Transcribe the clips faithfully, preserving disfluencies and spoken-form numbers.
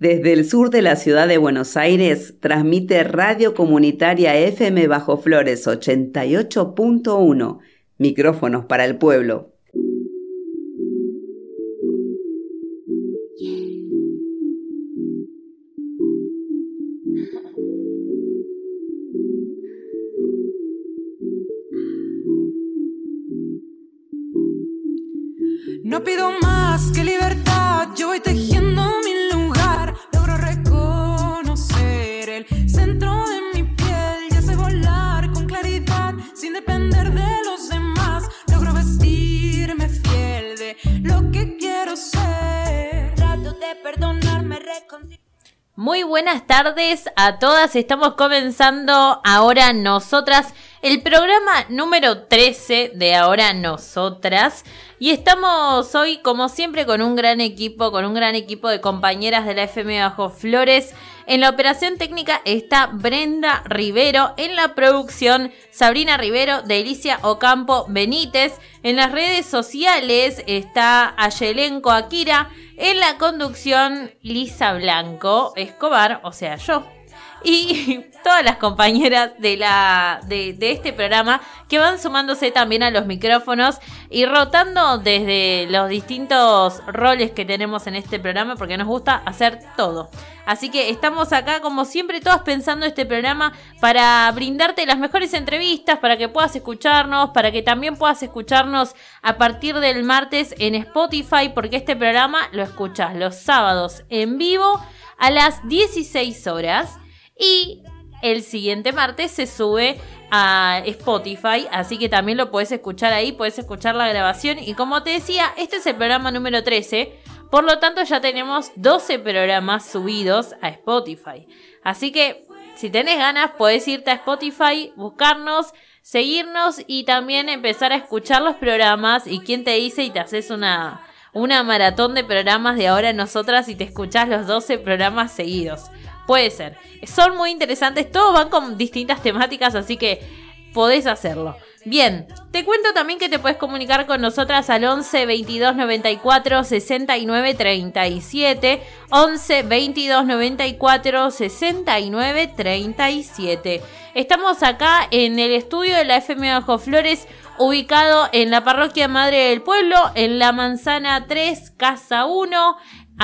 Desde el sur de la ciudad de Buenos Aires, transmite Radio Comunitaria F M Bajo Flores ochenta y ocho punto uno. Micrófonos para el pueblo. No pido más que libertad, yo voy tejiendo mi lugar. Logro reconocer el centro de mi piel y hace volar con claridad sin depender de los demás. Logro vestirme fiel de lo que quiero ser. Trato de perdonarme, reconciliar. Muy buenas tardes a todas, estamos comenzando Ahora Nosotras, el programa número trece de Ahora Nosotras. Y estamos hoy, como siempre, con un gran equipo, con un gran equipo de compañeras de la F M Bajo Flores. En la operación técnica está Brenda Rivero, en la producción Sabrina Rivero, Delicia Ocampo Benítez. En las redes sociales está Ayelenko Akira, en la conducción Lisa Blanco Escobar, o sea yo. Y todas las compañeras de, la, de, de este programa que van sumándose también a los micrófonos y rotando desde los distintos roles que tenemos en este programa, porque nos gusta hacer todo. Así que estamos acá como siempre todas pensando este programa para brindarte las mejores entrevistas, para que puedas escucharnos, para que también puedas escucharnos a partir del martes en Spotify, porque este programa lo escuchas los sábados en vivo a las dieciséis horas. Y el siguiente martes se sube a Spotify, así que también lo puedes escuchar ahí, puedes escuchar la grabación. Y como te decía, este es el programa número trece, por lo tanto ya tenemos doce programas subidos a Spotify. Así que si tenés ganas, podés irte a Spotify, buscarnos, seguirnos y también empezar a escuchar los programas. Y quién te dice y te haces una, una maratón de programas de Ahora Nosotras y te escuchás los doce programas seguidos. Puede ser. Son muy interesantes. Todos van con distintas temáticas, así que podés hacerlo. Bien, te cuento también que te puedes comunicar con nosotras al once veintidós noventa y cuatro sesenta y nueve treinta y siete. once veintidós noventa y cuatro sesenta y nueve treinta y siete. Estamos acá en el estudio de la F M Bajo Flores, ubicado en la parroquia Madre del Pueblo, en la Manzana tres, Casa uno.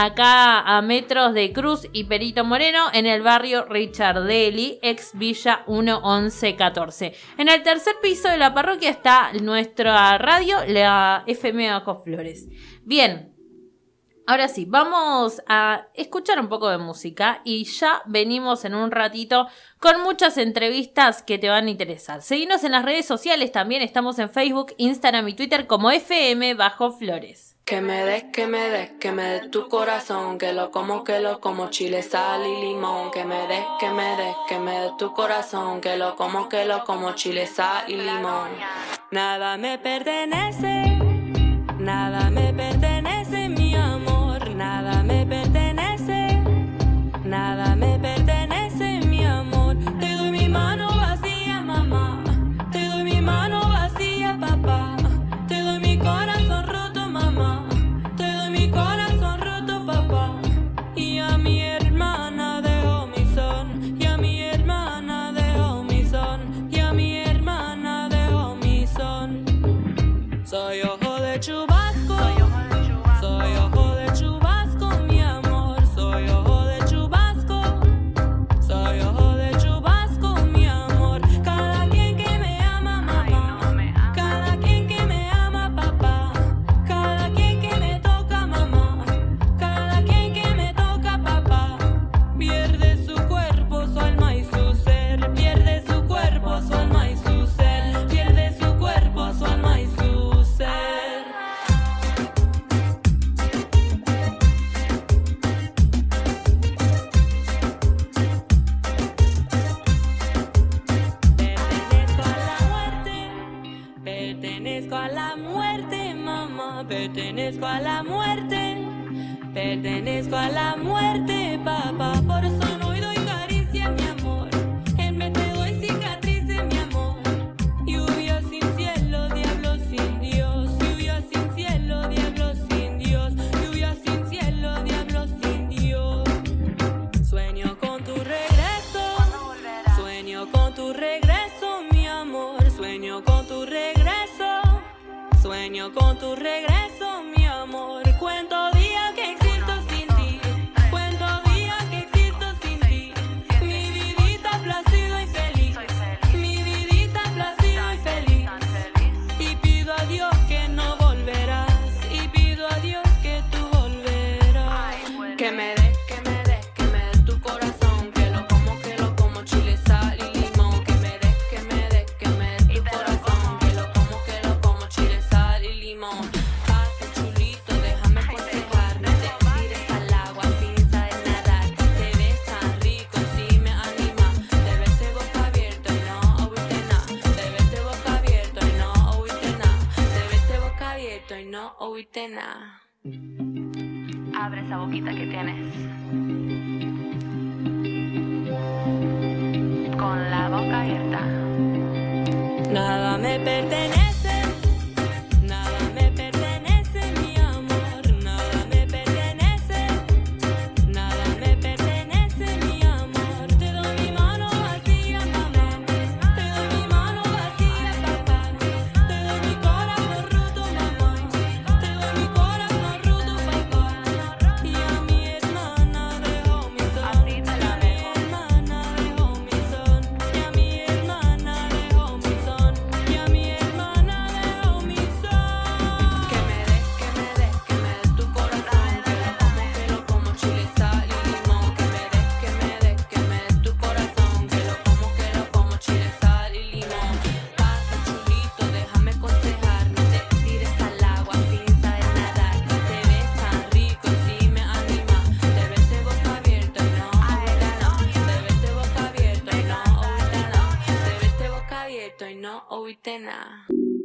Acá a metros de Cruz y Perito Moreno, en el barrio Richardelli, ex Villa uno once catorce. En el tercer piso de la parroquia está nuestra radio, la F M Bajo Flores. Bien, ahora sí, vamos a escuchar un poco de música y ya venimos en un ratito con muchas entrevistas que te van a interesar. Seguinos en las redes sociales también, estamos en Facebook, Instagram y Twitter como F M Bajo Flores. Que me des, que me des, que me des tu corazón, que lo como, que lo como, chile, sal y limón. Que me des, que me des, que me des tu corazón, que lo como, que lo como, chile, sal y limón. Nada me pertenece, nada me pertenece, mi amor. Nada me pertenece, nada me pertenece, mi amor. Te doy mi mano vacía, mamá, te doy mi mano vacía, papá. Te doy mi corazón roto, mamá, te doy mi corazón roto, papá. Y a mi hermana dejo mi son, y a mi hermana dejo mi son, y a mi hermana dejo mi son. Soy ojo de chubasco, soy ojo de chubasco, mi amor. Soy ojo de chubasco, soy ojo de chubasco, mi amor. Cada quien que me ama, mamá, cada quien que me ama, papá. Cada quien que me toca, mamá, cada quien que me toca, papá. Pierde su cuerpo, su alma y su ser. Pierde su cuerpo, su alma y su ser. Pierde su cuerpo, su alma y su ser. Pertenezco a la muerte, mamá, pertenezco a la muerte, pertenezco a la muerte, papá. Por eso no doy caricia, mi amor, en vez te doy cicatrices, mi amor. Lluvia sin cielo, diablo sin Dios. Lluvia sin cielo, diablo sin Dios. Lluvia sin cielo, diablo sin Dios. Sueño con tu regreso, mi amor. Cuento días que existo sin ti. Cuento días que existo sin ti. Mi vidita plácido y feliz. Mi vidita plácido y feliz. Y pido a Dios que no volverás. Y pido a Dios que tú volverás. Que me des, que me des, que me des tu corazón. Que lo como, que lo como, chile, sal y limón. Que me des, que me des, que me des tu corazón. Que lo como, que lo como, chile, sal y limón. Pase chulito, déjame aconsejar. No te tires al agua sin saber nadar. Te ves tan rico, si me anima. Te ves de boca abierta y no oíste nada. Te ves de boca abierta y no oíste nada. Te ves de boca abierta y no oíste nada. Abre esa boquita que tienes. Con la boca abierta. Nada me pertenece, nada me pertenece, mi amor. Nada me pertenece, nada me pertenece, mi amor. Te doy mi mano vacía, mamá. Te doy mi mano vacía, papá. Te doy mi corazón roto, mamá. Te doy mi corazón roto, papá. Y a mi hermana dejó mi son. Y a mi hermana dejó mi son. Y a mi hermana dejó mi son. Y a mi hermana dejó mi son. Que me des, que me des, que me des tu corazón. Que lo como, que lo como, chile, sal y limón. Que me des, que me des, que me des tu corazón. Que lo como, que lo como, chile, sal y limón. Pasa chulito, déjame aconsejar. No te tires al agua sin saber nadar. Te ves tan rico, si me anima. Te ves de boca abierta y no oíste nada. Te ves de boca abierta y no oíste nada. Te ves de boca abierta y no oíste nada.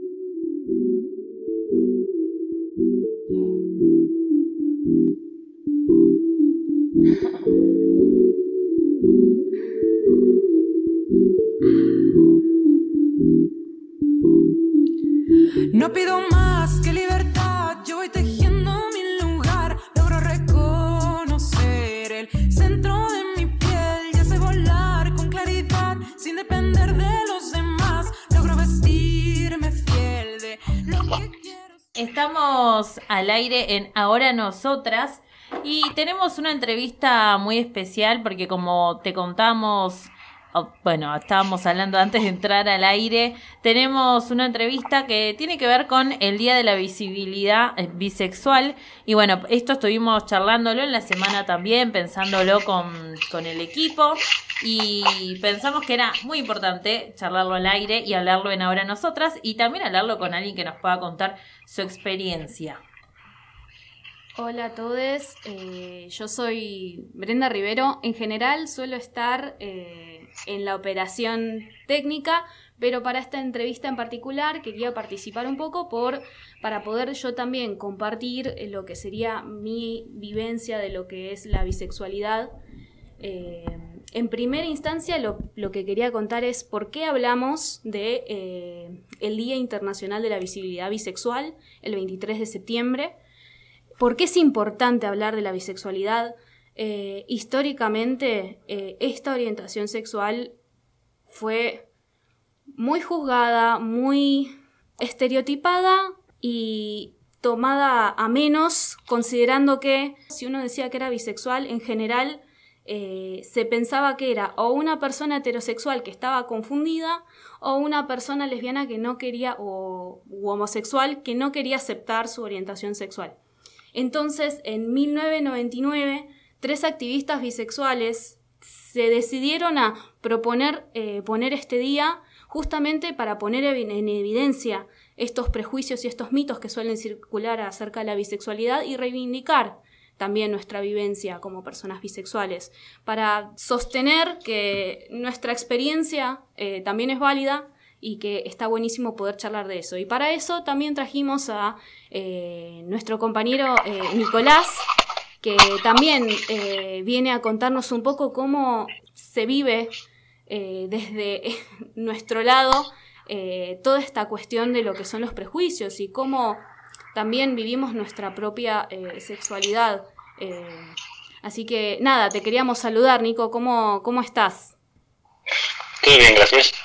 No pido más que libertad, yo voy tejiendo mi lugar. Logro reconocer el centro de mi piel. Ya sé volar con claridad, sin depender de los demás. Logro vestirme fiel de lo que quiero. Estamos al aire en Ahora Nosotras y tenemos una entrevista muy especial porque como te contamos, oh, bueno, estábamos hablando antes de entrar al aire, tenemos una entrevista que tiene que ver con el Día de la Visibilidad eh, Bisexual y bueno, esto estuvimos charlándolo en la semana también, pensándolo con, con el equipo y pensamos que era muy importante charlarlo al aire y hablarlo en Ahora Nosotras y también hablarlo con alguien que nos pueda contar su experiencia. Hola a todos, eh, yo soy Brenda Rivero. En general suelo estar eh, en la operación técnica, pero para esta entrevista en particular quería participar un poco por, para poder yo también compartir lo que sería mi vivencia de lo que es la bisexualidad. Eh, en primera instancia lo, lo que quería contar es por qué hablamos de eh, el Día Internacional de la Visibilidad Bisexual, el veintitrés de septiembre. ¿Por qué es importante hablar de la bisexualidad? Eh, históricamente, eh, esta orientación sexual fue muy juzgada, muy estereotipada y tomada a menos, considerando que si uno decía que era bisexual, en general eh, se pensaba que era o una persona heterosexual que estaba confundida o una persona lesbiana que no quería, o u homosexual que no quería aceptar su orientación sexual. Entonces, en mil novecientos noventa y nueve, tres activistas bisexuales se decidieron a proponer eh, poner este día justamente para poner en evidencia estos prejuicios y estos mitos que suelen circular acerca de la bisexualidad y reivindicar también nuestra vivencia como personas bisexuales, para sostener que nuestra experiencia eh, también es válida y que está buenísimo poder charlar de eso. Y para eso también trajimos a eh, nuestro compañero eh, Nicolás, que también eh, viene a contarnos un poco cómo se vive eh, desde nuestro lado eh, toda esta cuestión de lo que son los prejuicios y cómo también vivimos nuestra propia eh, sexualidad. Eh, así que nada, te queríamos saludar, Nico. ¿Cómo, cómo estás? Todo bien, gracias.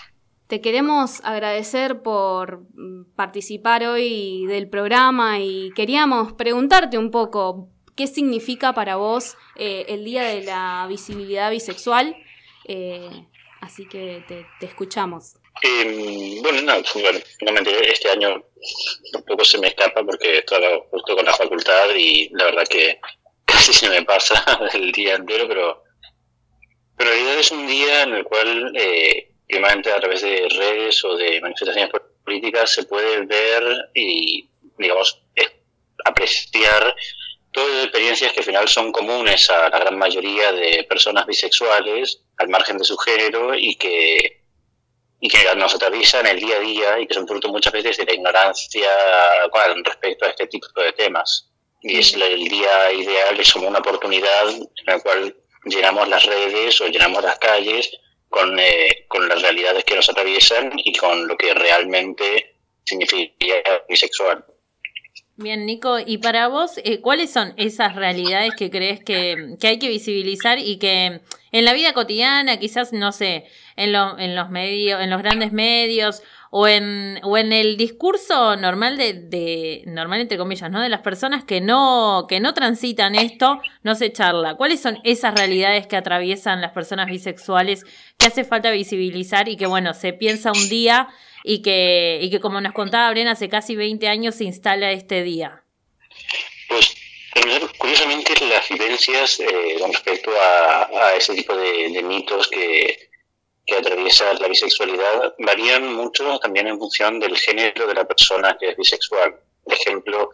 Te queremos agradecer por participar hoy del programa y queríamos preguntarte un poco qué significa para vos eh, el Día de la Visibilidad Bisexual. Eh, así que te, te escuchamos. Eh, bueno, no, bueno, finalmente este año un poco se me escapa porque estaba justo con la facultad y la verdad que casi se me pasa el día entero, pero, pero en realidad es un día en el cual, eh, primeramente a través de redes o de manifestaciones políticas, se puede ver y, digamos, apreciar todas las experiencias que al final son comunes a la gran mayoría de personas bisexuales, al margen de su género, y que, y que nos atraviesan el día a día y que son fruto muchas veces de la ignorancia con respecto a este tipo de temas. Y es el día ideal, es como una oportunidad en la cual llenamos las redes o llenamos las calles con, eh, con las realidades que nos atraviesan y con lo que realmente significa bisexual. Bien, Nico, y para vos, eh, ¿cuáles son esas realidades que crees que, que hay que visibilizar y que en la vida cotidiana, quizás, no sé, en, lo, en los medios, en los grandes medios o en o en el discurso normal de, de normal entre comillas, ¿no? De las personas que no que no transitan esto, no se charla? ¿Cuáles son esas realidades que atraviesan las personas bisexuales que hace falta visibilizar y que, bueno, se piensa un día y que, y que como nos contaba Bren, hace casi veinte años se instala este día? Pues, curiosamente, las vivencias eh, con respecto a, a ese tipo de, de mitos que, que atraviesa la bisexualidad varían mucho también en función del género de la persona que es bisexual. Por ejemplo,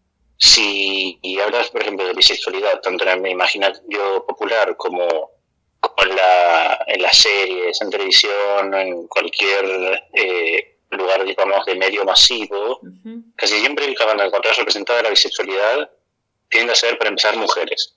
si hablas, por ejemplo, de bisexualidad, tanto en el imaginario popular como en, la, en las series, en televisión, en cualquier eh, lugar, digamos, de medio masivo, uh-huh. Casi siempre cuando encontrás representada la bisexualidad tiende a ser, para empezar, mujeres.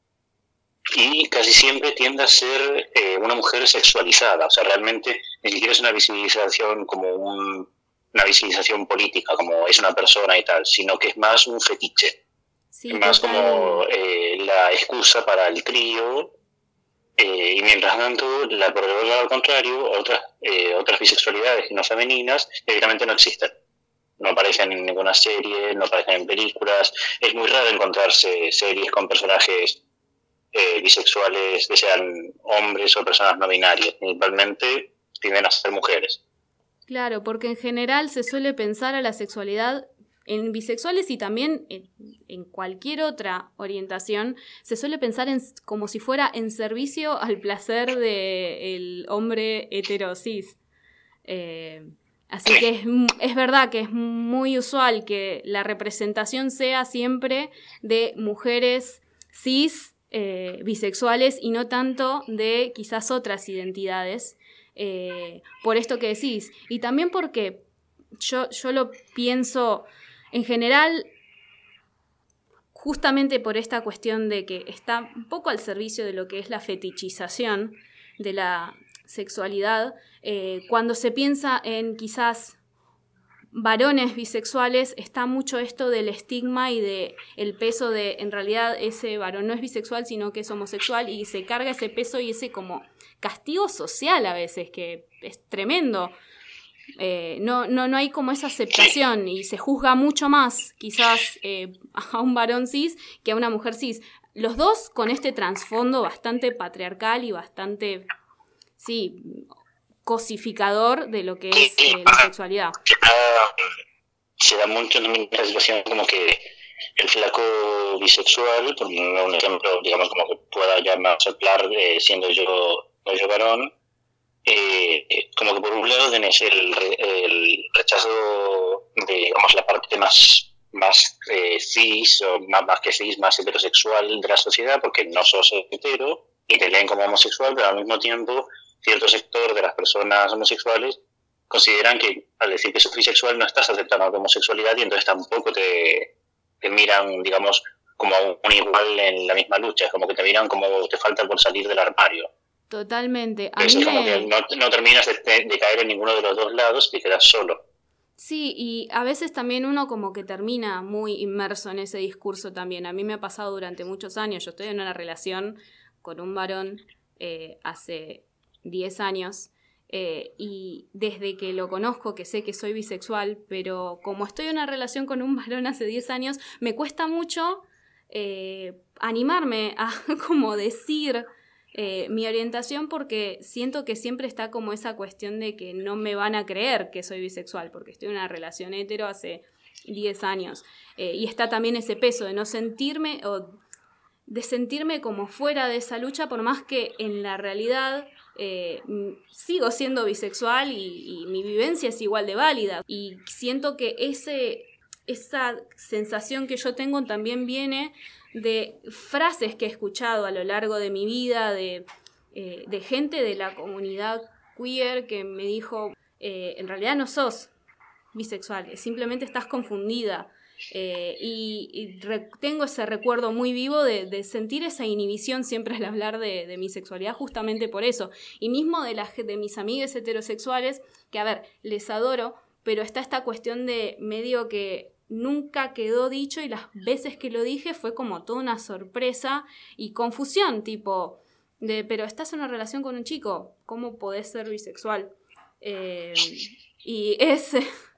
Y casi siempre tiende a ser eh, una mujer sexualizada, o sea, realmente ni siquiera es una visibilización como un, una visibilización política, como es una persona y tal, sino que es más un fetiche, sí, es más total. Como eh, la excusa para el trío, eh, y mientras tanto, la, por el lado contrario, otras, eh, otras bisexualidades no femeninas directamente no existen. No aparecen en ninguna serie, no aparecen en películas, es muy raro encontrarse series con personajes Eh, bisexuales, que sean hombres o personas no binarias, principalmente tienden a ser mujeres. Claro, porque en general se suele pensar a la sexualidad en bisexuales y también en, en cualquier otra orientación, se suele pensar en, como si fuera en servicio al placer del hombre heterosis. Eh, así sí. que es, es verdad que es muy usual que la representación sea siempre de mujeres cis, Eh, bisexuales y no tanto de quizás otras identidades, eh, por esto que decís. Y también porque yo, yo lo pienso en general justamente por esta cuestión de que está un poco al servicio de lo que es la fetichización de la sexualidad, eh, cuando se piensa en quizás varones bisexuales, está mucho esto del estigma y de el peso de, en realidad, ese varón no es bisexual, sino que es homosexual, y se carga ese peso y ese como castigo social a veces, que es tremendo. Eh, no, no, no hay como esa aceptación y se juzga mucho más, quizás, eh, a un varón cis que a una mujer cis. Los dos con este trasfondo bastante patriarcal y bastante, sí, cosificador de lo que es eh, la sexualidad. Se da mucho en la situación como que el flaco bisexual, por un ejemplo, digamos, como que pueda ya más hablar eh, siendo yo, yo varón, eh, como que por un lado tenés el, el rechazo de, digamos, la parte más, más eh, cis, o más, más que cis, más heterosexual de la sociedad, porque no sos hetero y te leen como homosexual, pero al mismo tiempo cierto sector de las personas homosexuales consideran que al decir que sos bisexual no estás aceptando tu homosexualidad y entonces tampoco te, te miran, digamos, como un igual en la misma lucha, es como que te miran como te falta por salir del armario. Totalmente. A Entonces mí es como me... que no, no terminas de, de caer en ninguno de los dos lados y quedas solo. Sí, y a veces también uno como que termina muy inmerso en ese discurso también. A mí me ha pasado durante muchos años, yo estoy en una relación con un varón eh, hace diez años, Eh, y desde que lo conozco, que sé que soy bisexual, pero como estoy en una relación con un varón hace diez años, me cuesta mucho eh, animarme a como decir eh, mi orientación, porque siento que siempre está como esa cuestión de que no me van a creer que soy bisexual, porque estoy en una relación hetero hace diez años. Eh, y está también ese peso de no sentirme, o de sentirme como fuera de esa lucha, por más que en la realidad eh, sigo siendo bisexual y, y mi vivencia es igual de válida. Y siento que ese, esa sensación que yo tengo también viene de frases que he escuchado a lo largo de mi vida, de, eh, de gente de la comunidad queer que me dijo, eh, en realidad no sos bisexual, simplemente estás confundida. Eh, y y re- tengo ese recuerdo muy vivo de, de sentir esa inhibición siempre al hablar de, de mi sexualidad, justamente por eso. Y mismo de, las, de mis amigas heterosexuales, que a ver, les adoro, pero está esta cuestión de medio que nunca quedó dicho, y las veces que lo dije fue como toda una sorpresa y confusión, tipo, de, pero estás en una relación con un chico, ¿cómo podés ser bisexual? Eh, y es...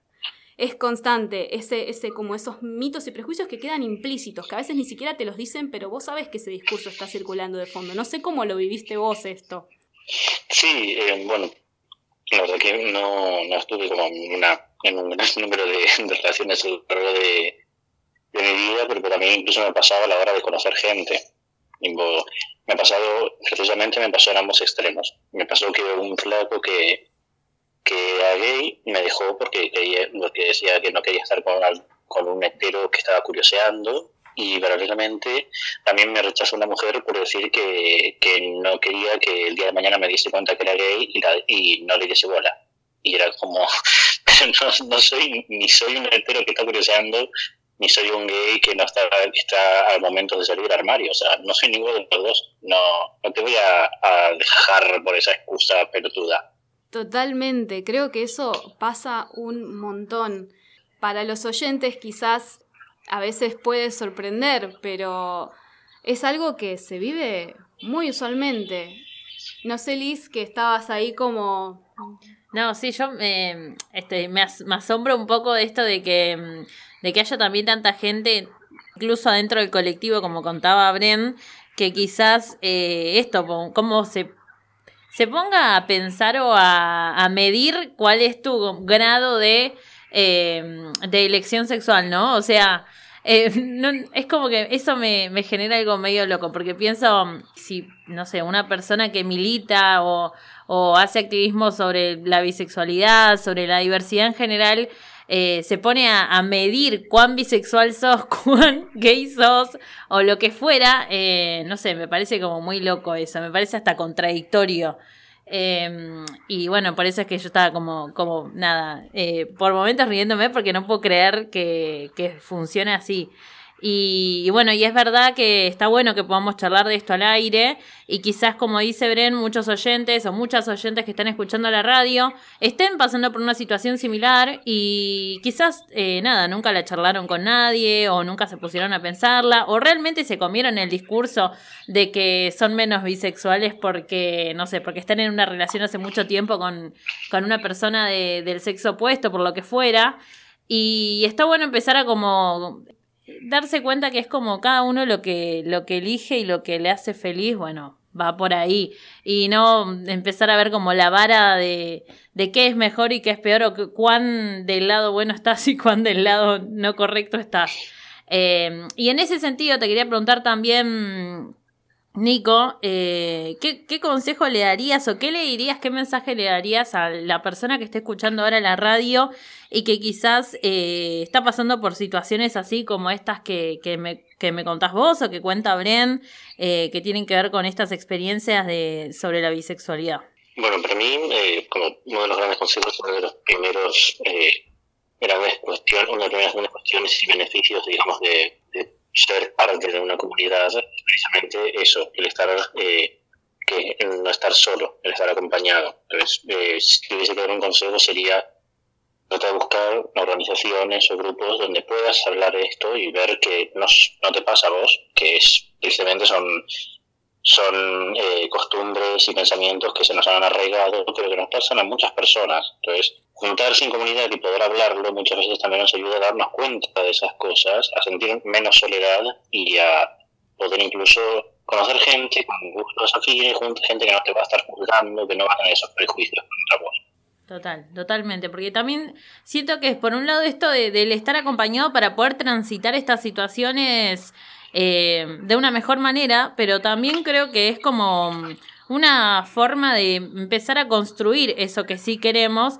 Es constante, ese, ese, como esos mitos y prejuicios que quedan implícitos, que a veces ni siquiera te los dicen, pero vos sabés que ese discurso está circulando de fondo. No sé cómo lo viviste vos esto. Sí, eh, bueno, la verdad que no, no estuve como en, una, en un gran número de, de relaciones a lo largo de, de mi vida, pero para mí incluso me pasaba a la hora de conocer gente. Tipo, me ha pasado, precisamente me pasó en ambos extremos. Me pasó que un flaco que... que era gay, me dejó porque, quería, porque decía que no quería estar con, una, con un hetero que estaba curioseando, y paralelamente también me rechazó una mujer por decir que, que no quería que el día de mañana me diese cuenta que era gay y, la, y no le diese bola. Y era como, no, no soy, ni soy un hetero que está curioseando, ni soy un gay que no está, está al momento de salir del armario. O sea, no soy ninguno de los dos. No, no te voy a, a dejar por esa excusa pelotuda. Totalmente, creo que eso pasa un montón. Para los oyentes quizás a veces puede sorprender, pero es algo que se vive muy usualmente. No sé, Liz, que estabas ahí como... No, sí, yo eh, este, me, as- me asombro un poco de esto de que, de que haya también tanta gente, incluso adentro del colectivo, como contaba Bren, que quizás eh, esto, cómo se... se ponga a pensar o a, a medir cuál es tu grado de, eh, de elección sexual, ¿no? O sea, eh, no, es como que eso me, me genera algo medio loco, porque pienso, si, no sé, una persona que milita o, o hace activismo sobre la bisexualidad, sobre la diversidad en general, Eh, se pone a, a medir cuán bisexual sos, cuán gay sos, o lo que fuera, eh, no sé, me parece como muy loco eso, me parece hasta contradictorio. Eh, y bueno, por eso es que yo estaba como, como nada, eh, por momentos riéndome porque no puedo creer que, que funcione así. Y, y bueno, y es verdad que está bueno que podamos charlar de esto al aire, y quizás, como dice Bren, muchos oyentes o muchas oyentes que están escuchando la radio estén pasando por una situación similar y quizás, eh, nada, nunca la charlaron con nadie o nunca se pusieron a pensarla, o realmente se comieron el discurso de que son menos bisexuales porque, no sé, porque están en una relación hace mucho tiempo con, con una persona de, del sexo opuesto, por lo que fuera. Y está bueno empezar a como... darse cuenta que es como cada uno lo que lo que elige y lo que le hace feliz, bueno, va por ahí. Y no empezar a ver como la vara de, de qué es mejor y qué es peor, o que, cuán del lado bueno estás y cuán del lado no correcto estás. Eh, y en ese sentido te quería preguntar también, Nico, eh, ¿qué, ¿qué consejo le darías o qué le dirías, qué mensaje le darías a la persona que esté escuchando ahora la radio y que quizás eh, está pasando por situaciones así como estas que, que, me, que me contás vos o que cuenta Bren, eh, que tienen que ver con estas experiencias de sobre la bisexualidad? Bueno, para mí, eh, como uno de los grandes consejos, uno de los primeros eh, grandes cuestiones, una de las primeras grandes cuestiones y beneficios, digamos, de, de ser parte de una comunidad, precisamente eso, el estar, eh, que el no estar solo, el estar acompañado. Entonces, eh, si tuviese que dar un consejo sería tratar de buscar organizaciones o grupos donde puedas hablar de esto y ver que no, no te pasa a vos, que es, precisamente son, son eh, costumbres y pensamientos que se nos han arraigado, pero que nos pasan a muchas personas. Entonces, juntarse en comunidad y poder hablarlo muchas veces también nos ayuda a darnos cuenta de esas cosas, a sentir menos soledad y a poder incluso conocer gente con gustos afines, gente que no te va a estar juzgando, que no va a tener esos prejuicios contra vos. Total, totalmente, porque también siento que es por un lado esto de, del estar acompañado para poder transitar estas situaciones eh, de una mejor manera, pero también creo que es como una forma de empezar a construir eso que sí queremos,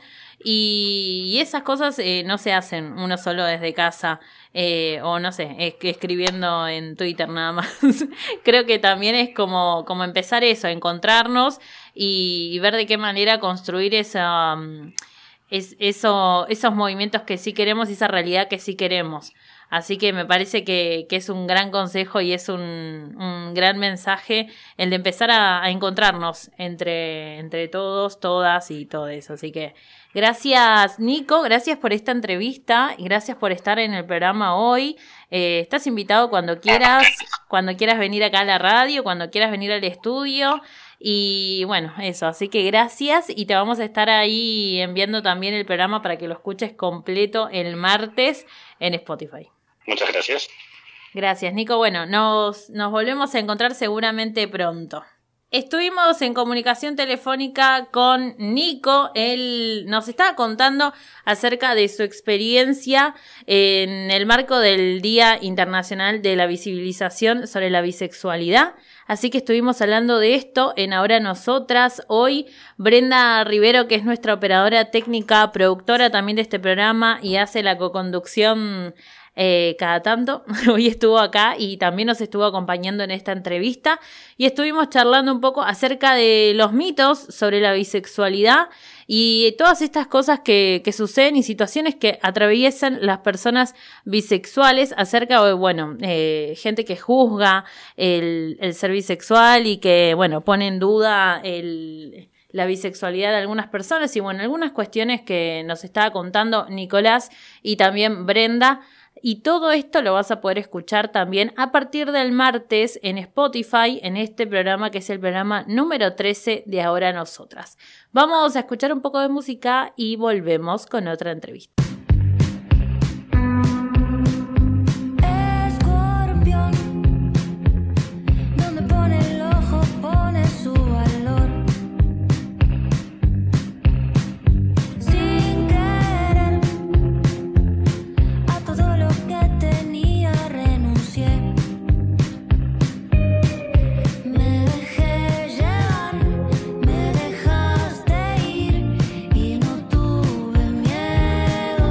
y, y esas cosas eh, no se hacen uno solo desde casa, eh, o no sé, es que escribiendo en Twitter nada más. Creo que también es como, como empezar eso, encontrarnos y, y ver de qué manera construir esa, es, eso, esos movimientos que sí queremos y esa realidad que sí queremos. Así que me parece que, que es un gran consejo y es un, un gran mensaje el de empezar a, a encontrarnos entre, entre todos, todas y todo eso. Así que gracias, Nico, gracias por esta entrevista y gracias por estar en el programa hoy. Eh, estás invitado cuando quieras, cuando quieras venir acá a la radio, cuando quieras venir al estudio. Y bueno, eso, así que gracias y te vamos a estar ahí enviando también el programa para que lo escuches completo el martes en Spotify. Muchas gracias. Gracias, Nico. Bueno, nos, nos volvemos a encontrar seguramente pronto. Estuvimos en comunicación telefónica con Nico. Él nos estaba contando acerca de su experiencia en el marco del Día Internacional de la Visibilización sobre la Bisexualidad. Así que estuvimos hablando de esto en Ahora Nosotras. Hoy Brenda Rivero, que es nuestra operadora técnica, productora también de este programa y hace la coconducción Eh, cada tanto, hoy estuvo acá y también nos estuvo acompañando en esta entrevista y estuvimos charlando un poco acerca de los mitos sobre la bisexualidad y todas estas cosas que, que suceden y situaciones que atraviesan las personas bisexuales acerca de, bueno, eh, gente que juzga el, el ser bisexual y que, bueno, pone en duda el... la bisexualidad de algunas personas y, bueno, algunas cuestiones que nos estaba contando Nicolás y también Brenda. Y todo esto lo vas a poder escuchar también a partir del martes en Spotify, en este programa que es el programa número trece de Ahora Nosotras. Vamos a escuchar un poco de música y volvemos con otra entrevista. Me dejaste ir y no tuve miedo.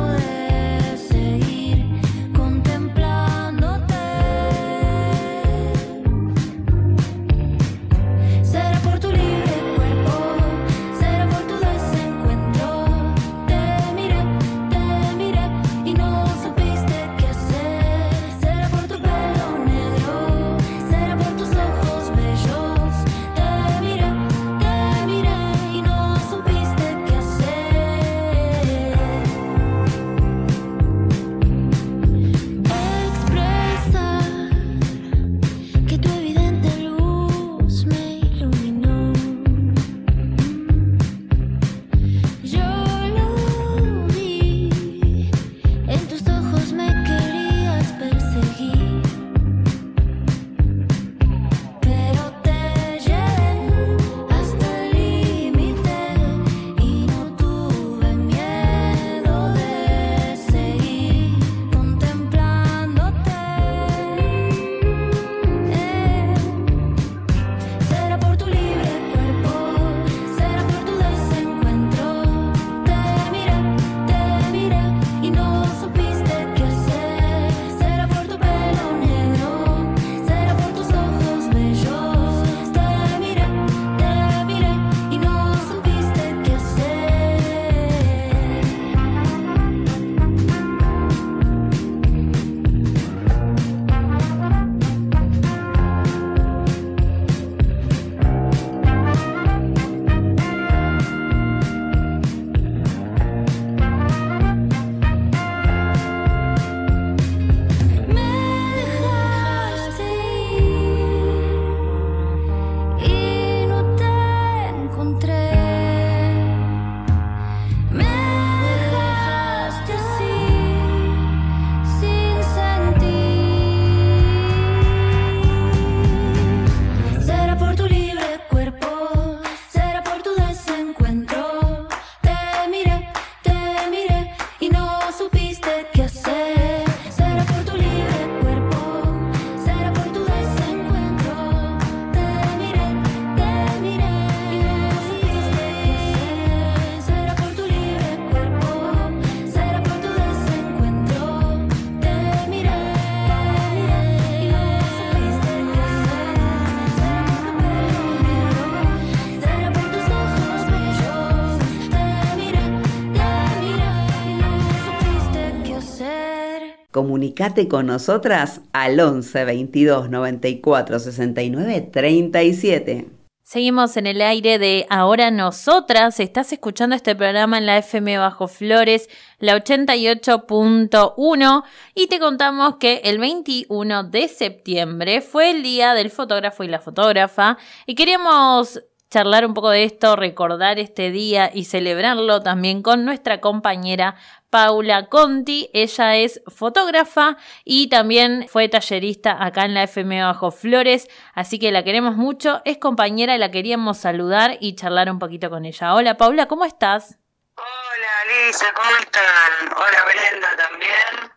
Comunicate con nosotras al once veintidós noventa y cuatro sesenta y nueve treinta y siete. Seguimos en el aire de Ahora Nosotras. Estás escuchando este programa en la F M Bajo Flores, la ochenta y ocho punto uno, y te contamos que el veintiuno de septiembre fue el día del fotógrafo y la fotógrafa, y queríamos charlar un poco de esto, recordar este día y celebrarlo también con nuestra compañera Paula Conti. Ella es fotógrafa y también fue tallerista acá en la F M Bajo Flores, así que la queremos mucho, es compañera y la queríamos saludar y charlar un poquito con ella. Hola Paula, ¿cómo estás? Hola Lisa, ¿cómo están? Hola Brenda también.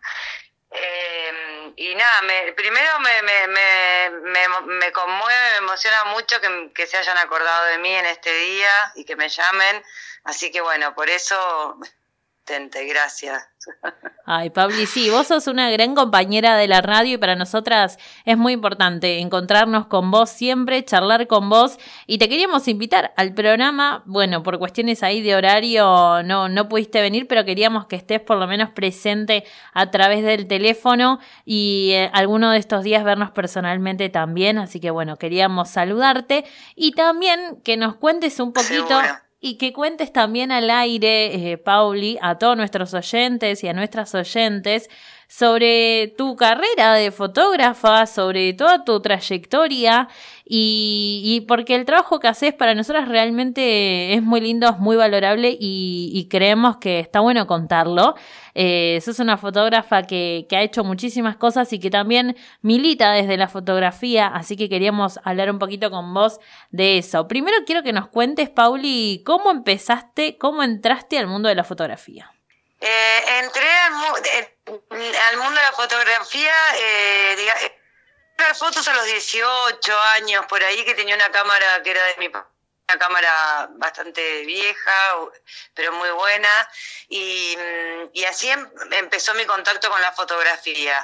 Eh, y nada, me, primero me, me, me, me, me conmueve, me emociona mucho que, que se hayan acordado de mí en este día y que me llamen, así que bueno, por eso... Gracias. Ay, Pabli, sí, vos sos una gran compañera de la radio y para nosotras es muy importante encontrarnos con vos siempre, charlar con vos, y te queríamos invitar al programa. Bueno, por cuestiones ahí de horario no, no pudiste venir, pero queríamos que estés por lo menos presente a través del teléfono y eh, alguno de estos días vernos personalmente también, así que bueno, queríamos saludarte y también que nos cuentes un poquito... Seguro. Y que cuentes también al aire, eh, Pauli, a todos nuestros oyentes y a nuestras oyentes sobre tu carrera de fotógrafa, sobre toda tu trayectoria y, y porque el trabajo que haces para nosotras realmente es muy lindo, es muy valorable y, y creemos que está bueno contarlo. Eh, sos una fotógrafa que, que ha hecho muchísimas cosas y que también milita desde la fotografía, así que queríamos hablar un poquito con vos de eso. Primero quiero que nos cuentes, Pauli, cómo empezaste, cómo entraste al mundo de la fotografía. Eh, entré al, mu- eh, al mundo de la fotografía, eh, digamos, sacar fotos a los dieciocho años, por ahí, que tenía una cámara que era de mi papá, una cámara bastante vieja, pero muy buena, y, y así em, empezó mi contacto con la fotografía.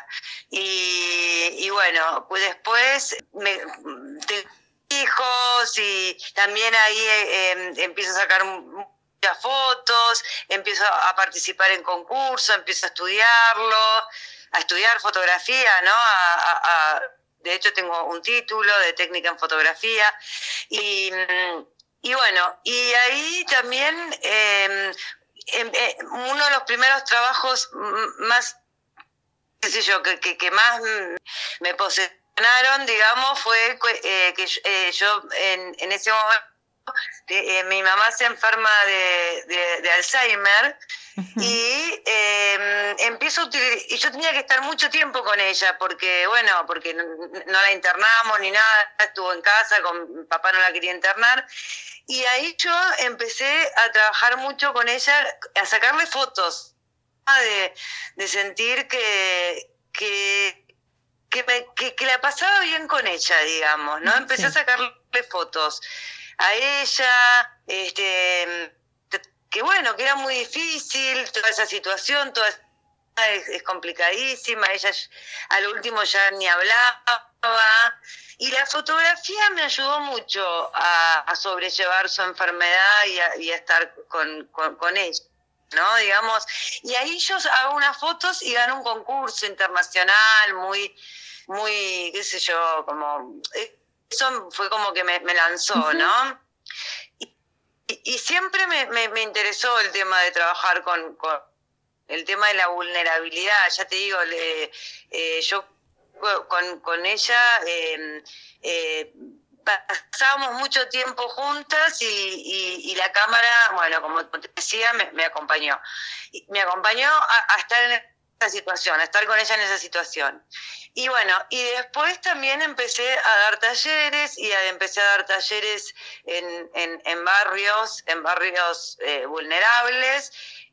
Y, y bueno, pues después me, tengo hijos y también ahí eh, empiezo a sacar muchas fotos, empiezo a participar en concursos, empiezo a estudiarlo, a estudiar fotografía, ¿no? A, a, a, de hecho tengo un título de técnica en fotografía y, y bueno, y ahí también eh, eh, uno de los primeros trabajos más, qué sé yo, que, que, que más me posesionaron, digamos, fue eh, que eh, yo en, en ese momento Eh, mi mamá se enferma de, de, de Alzheimer uh-huh. y eh, empiezo a utilizar, y yo tenía que estar mucho tiempo con ella porque, bueno, porque no, no la internamos ni nada, estuvo en casa, con papá no la quería internar, y ahí yo empecé a trabajar mucho con ella, a sacarle fotos, de, de sentir que, que, que, me, que, que la pasaba bien con ella, digamos, ¿no? Empecé sí. a sacarle fotos a ella, este, que bueno, que era muy difícil toda esa situación, toda es, es complicadísima, ella al último ya ni hablaba, y la fotografía me ayudó mucho a, a sobrellevar su enfermedad y a, y a estar con, con, con ella, ¿no? Digamos, y ahí yo hago unas fotos y gano un concurso internacional muy, muy, qué sé yo, como... Eso fue como que me, me lanzó, uh-huh. ¿no? Y, y, y siempre me, me, me interesó el tema de trabajar con, con el tema de la vulnerabilidad. Ya te digo, le, eh, yo con, con ella eh, eh, pasábamos mucho tiempo juntas y, y, y la cámara, bueno, como te decía, me, me acompañó. Me acompañó a, a estar en esa situación, a estar con ella en esa situación. Y bueno, y después también empecé a dar talleres y a, empecé a dar talleres en, en, en barrios, en barrios eh, vulnerables.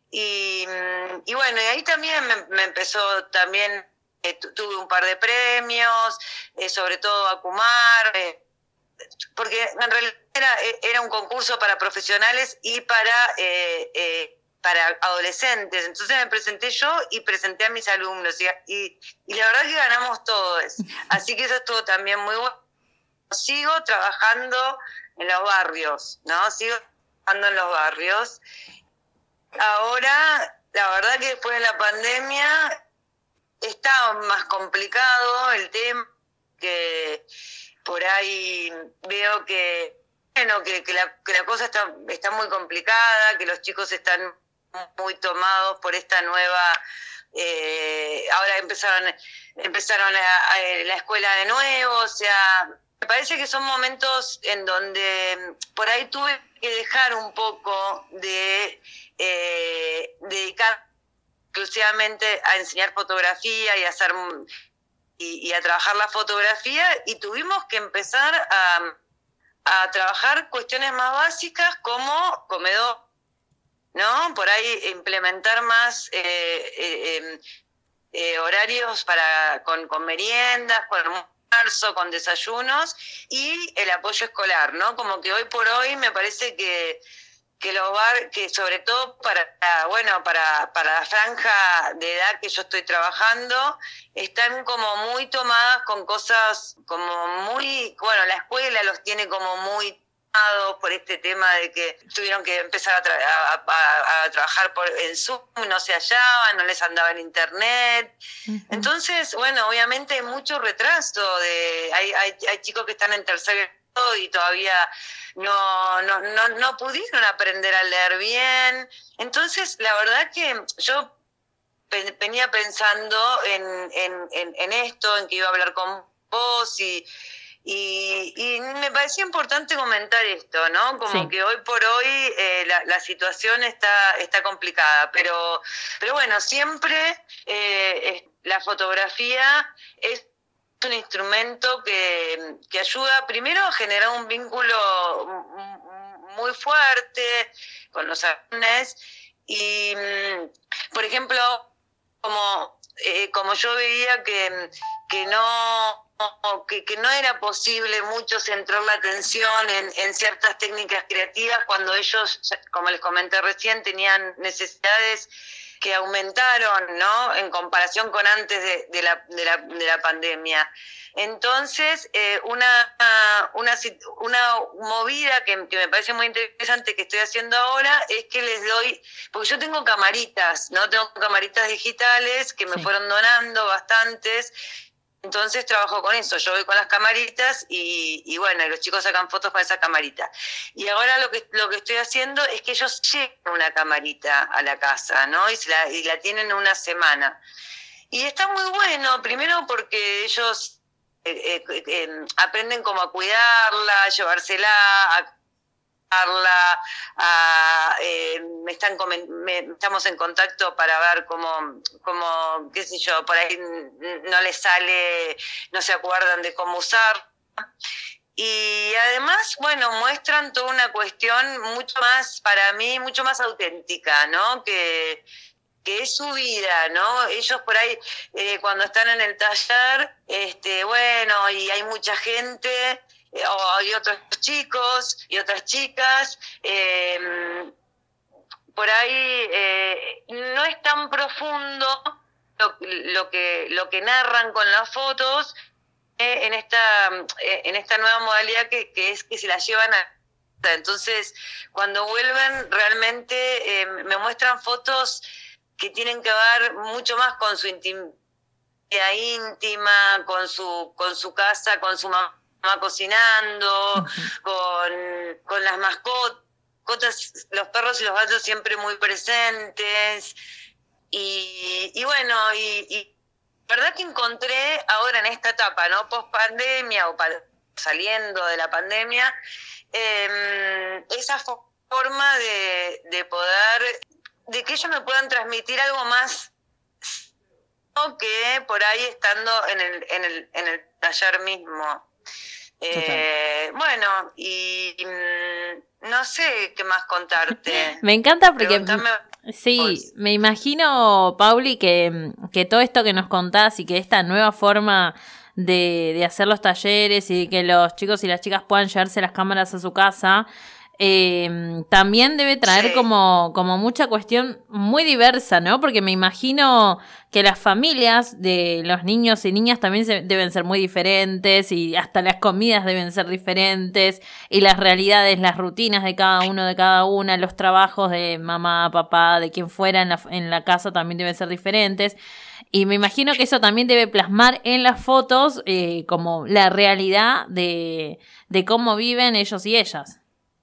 Y, y bueno, y ahí también me, me empezó también, eh, tuve un par de premios, eh, sobre todo Acumar, eh, porque en realidad era, era un concurso para profesionales y para... Eh, eh, para adolescentes, entonces me presenté yo y presenté a mis alumnos, y, y, y la verdad que ganamos todos, así que eso estuvo también muy bueno. Sigo trabajando en los barrios, ¿no? Sigo trabajando en los barrios. Ahora, la verdad que después de la pandemia, está más complicado el tema, que por ahí veo que, bueno, que, que, la, que la cosa está, está muy complicada, que los chicos están muy tomados por esta nueva... Eh, ahora empezaron empezaron a, a la escuela de nuevo, o sea, me parece que son momentos en donde por ahí tuve que dejar un poco de eh, dedicar exclusivamente a enseñar fotografía y a hacer y, y a trabajar la fotografía, y tuvimos que empezar a, a trabajar cuestiones más básicas como comedor, ¿no? Por ahí implementar más eh, eh, eh, eh, horarios para con, con meriendas, con almuerzo, con desayunos y el apoyo escolar, ¿no? Como que hoy por hoy me parece que que los bar, que sobre todo para bueno para para la franja de edad que yo estoy trabajando, están como muy tomadas con cosas como muy, bueno, la escuela los tiene como muy por este tema de que tuvieron que empezar a, tra- a, a, a trabajar por, en Zoom, no se hallaban, no les andaba el internet. Uh-huh. Entonces, bueno, obviamente hay mucho retraso. De, hay, hay, hay chicos que están en tercer grado y todavía no, no, no, no pudieron aprender a leer bien. Entonces, la verdad que yo pe- venía pensando en, en, en, en esto, en que iba a hablar con vos y... Y, y me parecía importante comentar esto, ¿no? Como sí. que hoy por hoy eh, la, la situación está, está complicada, pero, pero bueno, siempre eh, la fotografía es un instrumento que, que ayuda primero a generar un vínculo muy fuerte con los alumnos y, por ejemplo, como, eh, como yo veía que, que no... Que, que no era posible mucho centrar la atención en, en ciertas técnicas creativas cuando ellos, como les comenté recién, tenían necesidades que aumentaron, ¿no? En comparación con antes de, de, la, de, la, de la pandemia. Entonces, eh, una, una, una movida que, que me parece muy interesante que estoy haciendo ahora es que les doy, porque yo tengo camaritas, ¿no? Tengo camaritas digitales que me sí. fueron donando bastantes. Entonces trabajo con eso, yo voy con las camaritas y, y bueno, los chicos sacan fotos con esa camarita. Y ahora lo que lo que estoy haciendo es que ellos llevan una camarita a la casa, ¿no? Y, se la, y la tienen una semana. Y está muy bueno, primero porque ellos eh, eh, eh, aprenden cómo a cuidarla, a llevársela, a A, a, eh, me están me, estamos en contacto para ver cómo, cómo, qué sé yo, por ahí no les sale, no se acuerdan de cómo usar. Y además, bueno, muestran toda una cuestión mucho más, para mí, mucho más auténtica, ¿no? Que, que es su vida, ¿no? Ellos por ahí, eh, cuando están en el taller, este, bueno, y hay mucha gente... o hay otros chicos y otras chicas, eh, por ahí eh, no es tan profundo lo, lo que lo que narran con las fotos eh, en esta eh, en esta nueva modalidad que, que es que se las llevan a... Entonces, cuando vuelven, realmente eh, me muestran fotos que tienen que ver mucho más con su intimidad íntima, con su con su casa, con su mamá cocinando, uh-huh. con, con las mascotas, los perros y los gatos siempre muy presentes. Y, y bueno, y, y la verdad que encontré ahora en esta etapa, ¿no? Post pandemia o pa- saliendo de la pandemia, eh, esa forma de, de poder, de que ellos me puedan transmitir algo más que por ahí estando en el, en el, en el taller mismo. Eh, bueno, y mm, no sé qué más contarte. Me encanta porque Preguntame sí, vos. Me imagino, Pauli, que, que todo esto que nos contás y que esta nueva forma de, de hacer los talleres y que los chicos y las chicas puedan llevarse las cámaras a su casa, eh, también debe traer sí. como, como mucha cuestión muy diversa, ¿no? Porque me imagino que las familias de los niños y niñas también se, deben ser muy diferentes y hasta las comidas deben ser diferentes y las realidades, las rutinas de cada uno, de cada una, los trabajos de mamá, papá, de quien fuera en la, en la casa también deben ser diferentes. y me imagino que eso también debe plasmar en las fotos eh, como la realidad de, de cómo viven ellos y ellas.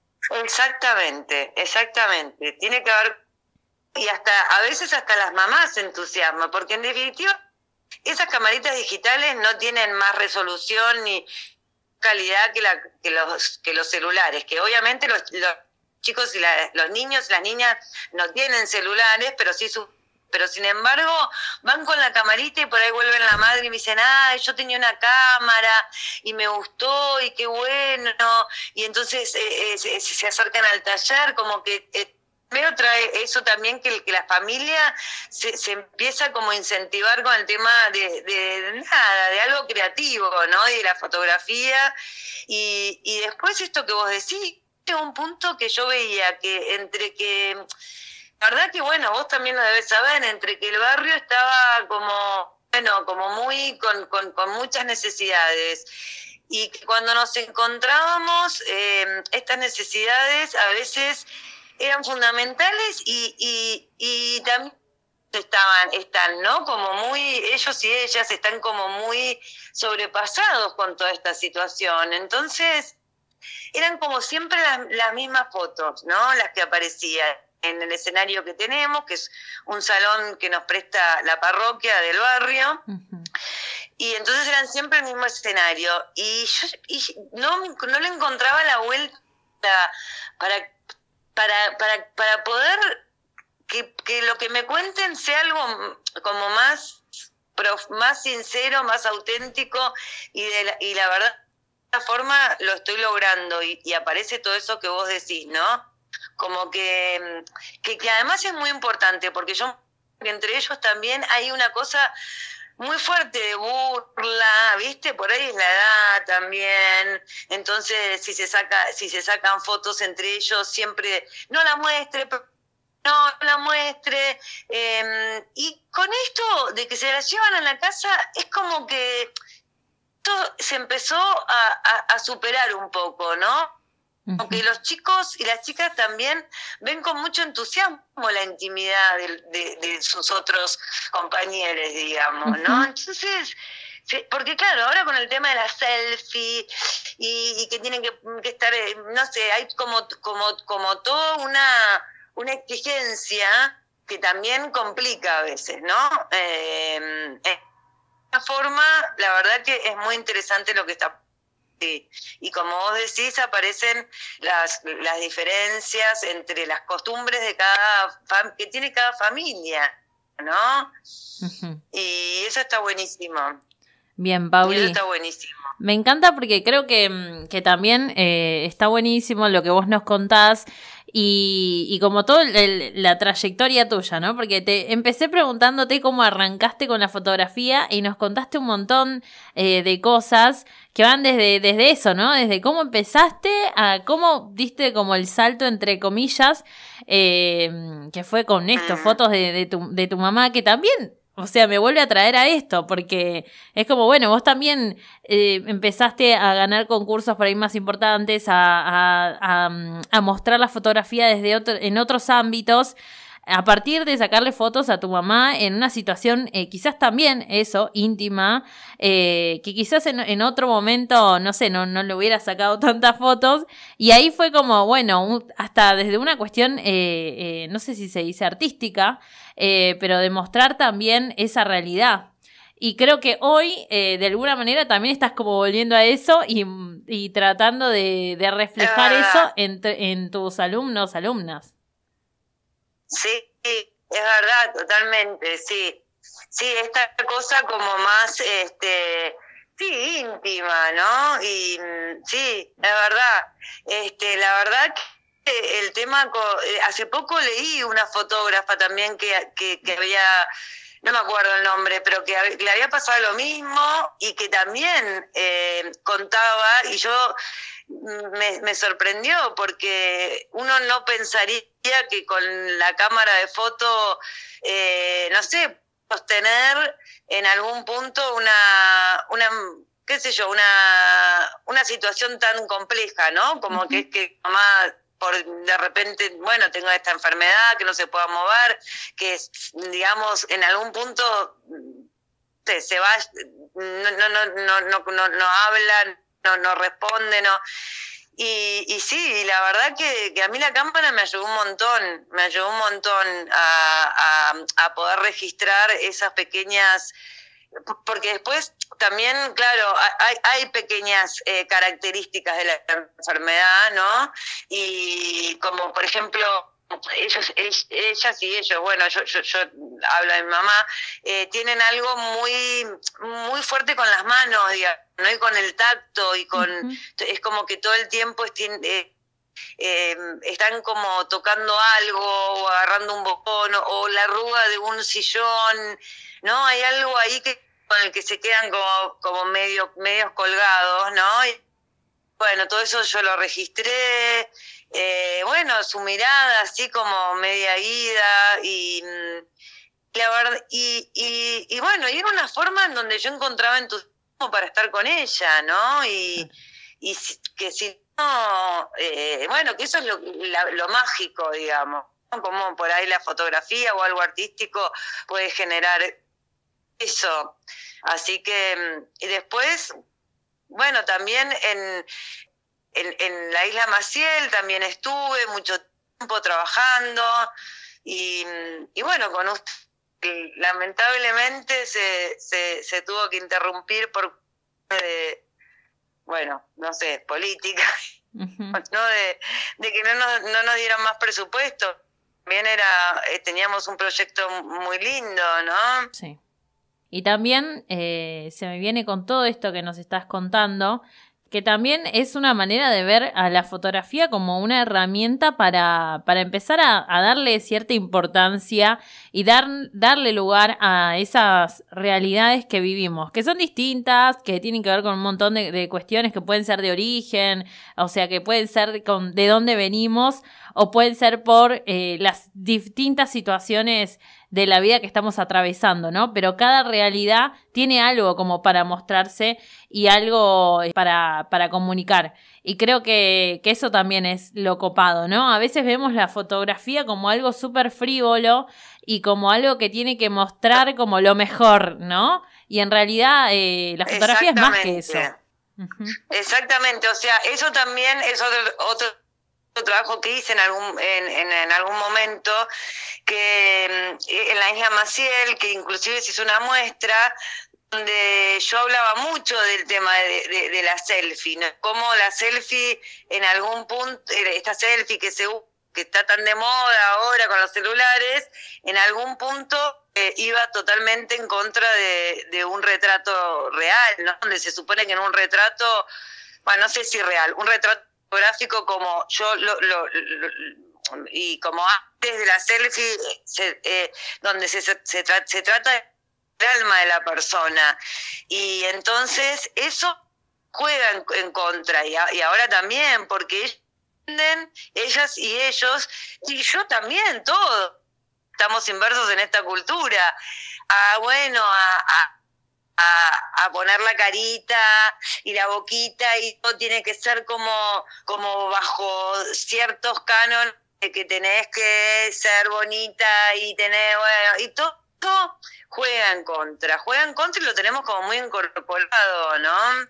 Exactamente, exactamente. Tiene que haber, y hasta a veces hasta las mamás se entusiasman, porque en definitiva esas camaritas digitales no tienen más resolución ni calidad que, la, que, los, que los celulares, que obviamente los, los chicos y la, los niños y las niñas no tienen celulares, pero sí su pero sin embargo van con la camarita y por ahí vuelven la madre y me dicen, ah, yo tenía una cámara y me gustó y qué bueno, y entonces eh, eh, se, se acercan al taller, como que eh, veo trae eso también, que, que la familia se, se empieza como a incentivar con el tema de, de, de nada, de algo creativo, ¿no? Y de la fotografía, y, y después esto que vos decís, llegó un punto que yo veía que entre que... La verdad que, bueno, vos también lo debés saber, entre que el barrio estaba como, bueno, como muy, con, con, con muchas necesidades, y que cuando nos encontrábamos, eh, estas necesidades a veces eran fundamentales y, y, y también estaban, están, ¿no? Como muy, ellos y ellas están como muy sobrepasados con toda esta situación. Entonces, eran como siempre las, las mismas fotos, ¿no? Las que aparecían en el escenario que tenemos, que es un salón que nos presta la parroquia del barrio, uh-huh. Y entonces eran siempre el mismo escenario, y yo y no, no le encontraba la vuelta para, para, para, para poder que, que lo que me cuenten sea algo como más, más sincero, más auténtico, y, de la, y la verdad, de esta forma lo estoy logrando, y, y aparece todo eso que vos decís, ¿no? Como que, que, que además es muy importante, porque yo entre ellos también hay una cosa muy fuerte de burla, ¿viste? Por ahí es la edad también, entonces si se saca, si se sacan fotos entre ellos, siempre no la muestre, no, no la muestre, eh, y con esto de que se la llevan a la casa, es como que todo se empezó a, a, a superar un poco, ¿no? Aunque los chicos y las chicas también ven con mucho entusiasmo la intimidad de, de, de sus otros compañeros, digamos, ¿no? Uh-huh. Entonces, porque claro, ahora con el tema de la selfie y, y que tienen que, que estar, no sé, hay como como como toda una, una exigencia que también complica a veces, ¿no? Eh, de esta forma, la verdad que es muy interesante lo que está. Sí. Y como vos decís, aparecen las, las diferencias entre las costumbres de cada fam- que tiene cada familia, ¿no? Uh-huh. Y eso está buenísimo. Bien, Pauli. Y eso está buenísimo. Me encanta porque creo que, que también eh, está buenísimo lo que vos nos contás y, y como toda la trayectoria tuya, ¿no? Porque te empecé preguntándote cómo arrancaste con la fotografía y nos contaste un montón eh, de cosas que van desde, desde eso, ¿no? Desde cómo empezaste a cómo diste como el salto, entre comillas, eh, que fue con esto, fotos de, de, tu, de tu mamá, que también... O sea, me vuelve a traer a esto, porque es como, bueno, vos también eh, empezaste a ganar concursos por ahí más importantes, a, a, a, a mostrar la fotografía desde otro, en otros ámbitos, a partir de sacarle fotos a tu mamá en una situación eh, quizás también eso, íntima, eh, que quizás en, en otro momento, no sé, no, no le hubiera sacado tantas fotos, y ahí fue como, bueno, un, hasta desde una cuestión, eh, eh, no sé si se dice artística, eh, pero demostrar también esa realidad. Y creo que hoy, eh, de alguna manera, también estás como volviendo a eso y, y tratando de, de reflejar eso en, en tus alumnos, alumnas. Sí, es verdad, totalmente, sí. Sí, esta cosa como más, este, sí, íntima, ¿no? Y sí, es verdad. Este, la verdad que el tema, hace poco leí una fotógrafa también que, que, que había, no me acuerdo el nombre, pero que le había pasado lo mismo y que también eh, contaba, y yo me, me sorprendió porque uno no pensaría que con la cámara de foto, eh, no sé, sostener en algún punto una, una qué sé yo, una, una situación tan compleja, ¿no? Como uh-huh. que, que mamá por de repente, bueno, tengo esta enfermedad, que no se pueda mover, que digamos en algún punto se, se va, no, no, no, no, no, no, no habla, no, no responde, no. Y, y sí, la verdad que, que a mí la cámara me ayudó un montón, me ayudó un montón a, a, a poder registrar esas pequeñas, porque después también, claro, hay, hay pequeñas eh, características de la enfermedad, ¿no? Y como por ejemplo, ellos, ellas y ellos, bueno, yo, yo, yo hablo de mi mamá, eh, tienen algo muy, muy fuerte con las manos, digamos, ¿no? Y con el tacto, y con, uh-huh. es como que todo el tiempo estén, eh, eh, están como tocando algo, o agarrando un botón, o, o la arruga de un sillón, ¿no? Hay algo ahí que con el que se quedan como, como medio, medios colgados, ¿no? Y bueno, todo eso yo lo registré. Eh, bueno, su mirada así como media ida y la verdad y, y, y bueno, y era una forma en donde yo encontraba entusiasmo para estar con ella, ¿no? Y, y que si no, eh, bueno, que eso es lo, la, lo mágico, digamos, ¿no? Como por ahí la fotografía o algo artístico puede generar eso. Así que, y después, bueno, también en En, en la isla Maciel también estuve mucho tiempo trabajando y, y bueno, con usted lamentablemente se, se, se tuvo que interrumpir por de, bueno, no sé, política, uh-huh. ¿no? De, de que no nos, no nos dieron más presupuesto. También era, eh, teníamos un proyecto muy lindo, ¿no? Sí. Y también eh, se me viene con todo esto que nos estás contando, que también es una manera de ver a la fotografía como una herramienta para, para empezar a, a darle cierta importancia y dar, darle lugar a esas realidades que vivimos, que son distintas, que tienen que ver con un montón de, de cuestiones que pueden ser de origen, o sea, que pueden ser de, con, de dónde venimos, o pueden ser por eh, las distintas situaciones de la vida que estamos atravesando, ¿no? Pero cada realidad tiene algo como para mostrarse y algo para, para comunicar. Y creo que, que eso también es lo copado, ¿no? A veces vemos la fotografía como algo súper frívolo y como algo que tiene que mostrar como lo mejor, ¿no? Y en realidad eh, la fotografía es más que eso. Uh-huh. Exactamente, o sea, eso también es otro... otro... trabajo que hice en algún en, en, en algún momento que en la isla Maciel, que inclusive se hizo una muestra donde yo hablaba mucho del tema de, de, de la selfie, ¿no? Cómo la selfie en algún punto, esta selfie que se que está tan de moda ahora con los celulares, en algún punto eh, iba totalmente en contra de, de un retrato real, ¿no? Donde se supone que en un retrato, bueno, no sé si real, un retrato fotográfico como yo lo, lo, lo, lo y como antes de la selfie se, eh, donde se, se, se, tra- se trata del alma de la persona y entonces eso juega en, en contra y, a, y ahora también porque ellos, ellas y ellos y yo también todos estamos inmersos en esta cultura a bueno a, a A, a poner la carita y la boquita y todo tiene que ser como, como bajo ciertos cánones de que tenés que ser bonita y tener, bueno, y todo, todo juega en contra, juega en contra y lo tenemos como muy incorporado, ¿no?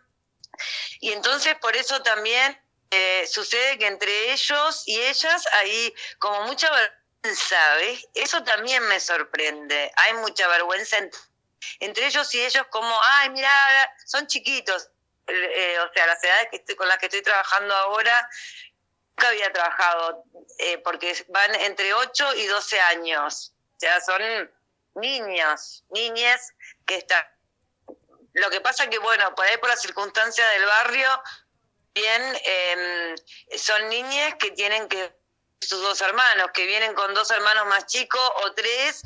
Y entonces por eso también eh, sucede que entre ellos y ellas hay como mucha vergüenza, ¿ves? Eso también me sorprende, hay mucha vergüenza entre entre ellos y ellos como, ay, mira, son chiquitos, eh, o sea, las edades que estoy, con las que estoy trabajando ahora, nunca había trabajado, eh, porque van entre ocho y doce años, o sea, son niños, niñas que están. Lo que pasa que, bueno, por ahí por las circunstancias del barrio, bien, eh, son niñas que tienen que, sus dos hermanos, que vienen con dos hermanos más chicos o tres,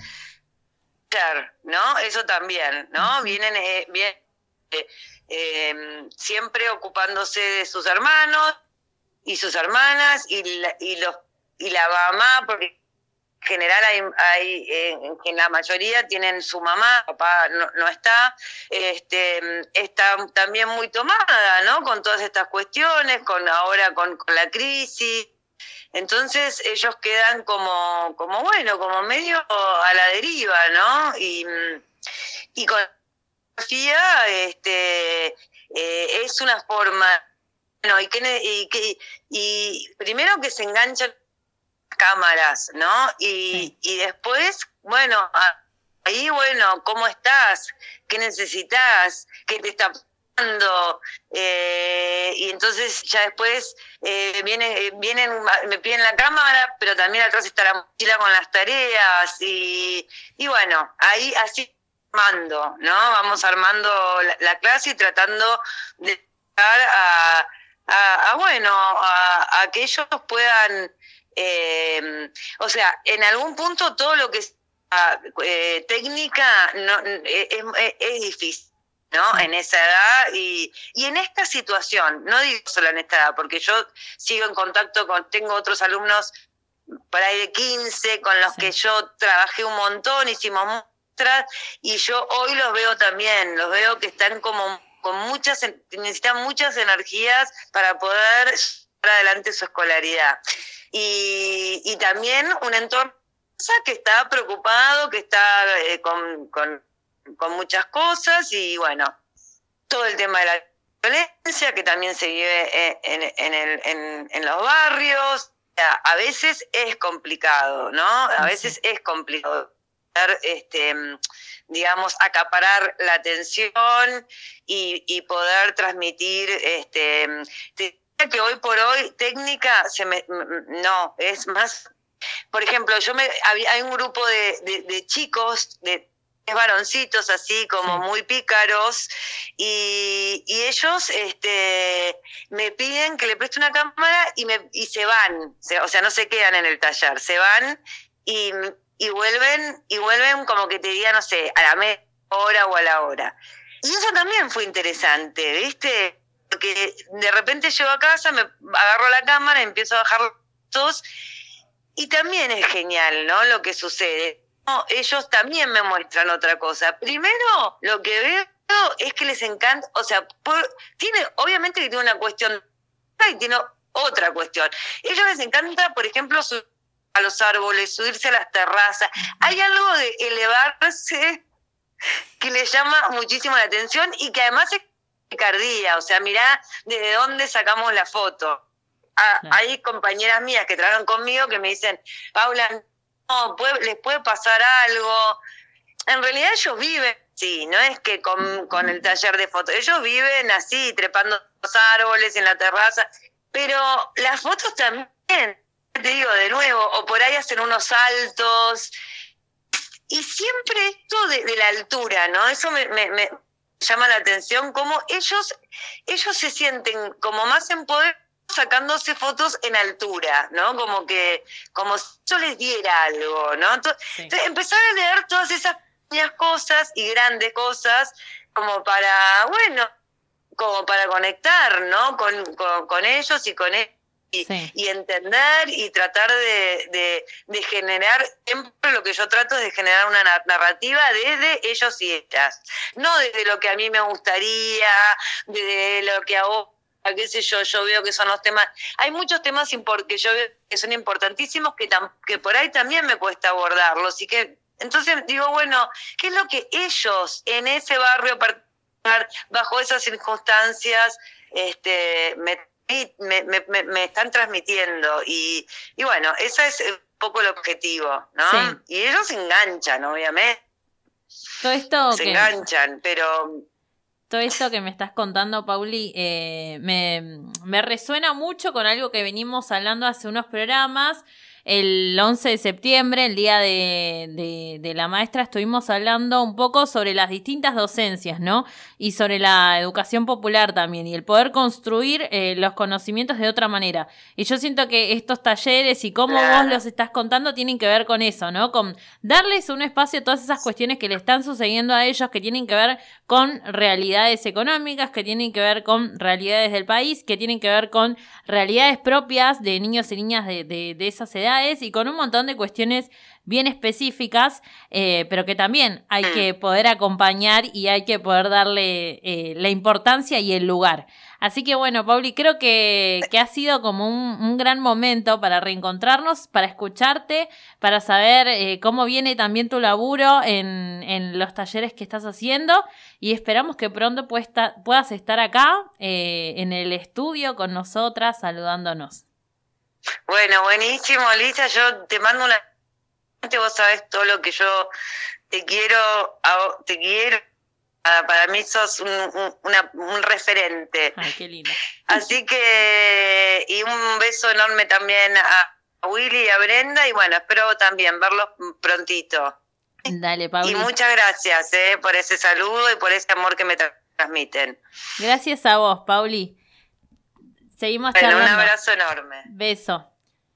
¿no? Eso también, ¿no? Vienen eh, bien, eh, eh, siempre ocupándose de sus hermanos y sus hermanas y la, y los y la mamá, porque en general hay, hay eh, en la mayoría tienen su mamá, papá no, no está, este, está también muy tomada, ¿no? Con todas estas cuestiones, con ahora con, con la crisis. Entonces ellos quedan como, como bueno, como medio a la deriva, ¿no? Y, y con la fotografía este, eh, es una forma, bueno, y, que, y, que, y primero que se enganchan cámaras, ¿no? Y, sí. y después, bueno, ahí, bueno, ¿cómo estás? ¿Qué necesitas? ¿Qué te está pasando? Eh, y entonces ya después eh, viene, vienen, me piden la cámara, pero también atrás está la mochila con las tareas y, y bueno, ahí así armando, ¿no? Vamos armando la, la clase y tratando de llegar a, a, a bueno, a, a que ellos puedan, eh, o sea, en algún punto todo lo que es eh, técnica no, es, es, es difícil, ¿no? En esa edad y, y en esta situación, no digo solo en esta edad, porque yo sigo en contacto con, tengo otros alumnos por ahí de quince, con los sí. que yo trabajé un montón, hicimos muestras, y yo hoy los veo también, los veo que están como con muchas, necesitan muchas energías para poder llevar adelante su escolaridad. Y, y también un entorno que está preocupado, que está eh, con, con, con muchas cosas, y bueno, todo el tema de la violencia que también se vive en, en, el, en, en los barrios. O sea, a veces es complicado, ¿no? A veces es complicado, este, digamos, acaparar la atención y, y poder transmitir, este, te diría que hoy por hoy técnica se me, no, es más. Por ejemplo, yo me había, hay un grupo de, de, de chicos, de varoncitos así como sí. muy pícaros, y, y ellos este, me piden que le preste una cámara y, me, y se van, se, o sea, no se quedan en el taller, se van y, y vuelven y vuelven como que te diga, no sé, a la media hora o a la hora. Y eso también fue interesante, ¿viste? Porque de repente llego a casa, me agarro la cámara, empiezo a bajar los fotos. Y también es genial, ¿no? Lo que sucede. No, ellos también me muestran otra cosa. Primero, lo que veo es que les encanta, o sea, por, tiene, obviamente que tiene una cuestión y tiene otra cuestión. Ellos les encanta, por ejemplo, subir a los árboles, subirse a las terrazas. Hay algo de elevarse que les llama muchísimo la atención y que además es picardía. O sea, mirá desde dónde sacamos la foto. Ah, sí. Hay compañeras mías que trabajan conmigo que me dicen, Paula, no, puede, les puede pasar algo. En realidad ellos viven, sí, no es que con, con el taller de fotos, ellos viven así, trepando los árboles en la terraza, pero las fotos también, te digo de nuevo, o por ahí hacen unos saltos, y siempre esto de, de la altura, ¿no? Eso me, me, me llama la atención, como ellos, ellos se sienten como más empoderados sacándose fotos en altura, ¿no? Como que, como si yo les diera algo, ¿no? Entonces, sí. entonces empezar a leer todas esas pequeñas cosas y grandes cosas como para, bueno, como para conectar, ¿no? Con, con, con ellos y con ellos. Y, sí. y entender y tratar de, de, de generar, siempre lo que yo trato es de generar una narrativa desde ellos y ellas, no desde lo que a mí me gustaría, desde lo que a vos, qué sé yo, yo veo que son los temas, hay muchos temas impor- que yo veo que son importantísimos que, tam- que por ahí también me cuesta abordarlos, y que entonces digo, bueno, ¿qué es lo que ellos en ese barrio particular, bajo esas circunstancias, este, me Me, me, me, me están transmitiendo? Y, y bueno, ese es un poco el objetivo, ¿no? Sí. Y ellos se enganchan, obviamente. Todo esto se que, enganchan, pero... Todo esto que me estás contando, Pauli, eh, me, me resuena mucho con algo que venimos hablando hace unos programas. El once de septiembre, el día de, de, de la maestra, estuvimos hablando un poco sobre las distintas docencias, ¿no? Y sobre la educación popular también, y el poder construir eh, los conocimientos de otra manera. Y yo siento que estos talleres y cómo claro. vos los estás contando tienen que ver con eso, ¿no? Con darles un espacio a todas esas cuestiones que le están sucediendo a ellos, que tienen que ver con realidades económicas, que tienen que ver con realidades del país, que tienen que ver con realidades propias de niños y niñas de, de, de esas edades, y con un montón de cuestiones bien específicas, eh, pero que también hay que poder acompañar y hay que poder darle eh, la importancia y el lugar. Así que bueno, Pauli, creo que, que ha sido como un, un gran momento para reencontrarnos, para escucharte, para saber eh, cómo viene también tu laburo en, en los talleres que estás haciendo, y esperamos que pronto puesta, puedas estar acá eh, en el estudio con nosotras saludándonos. Bueno, buenísimo, Alicia, yo te mando una... Vos sabés todo lo que yo te quiero, te quiero. Para mí sos un, un, una, un referente. Ay, qué lindo. Así que, y un beso enorme también a Willy y a Brenda, y bueno, espero también verlos prontito. Dale, Pauli. Y muchas gracias eh, por ese saludo y por ese amor que me tra- transmiten. Gracias a vos, Pauli. Seguimos bueno, charlando. Un abrazo enorme. Beso.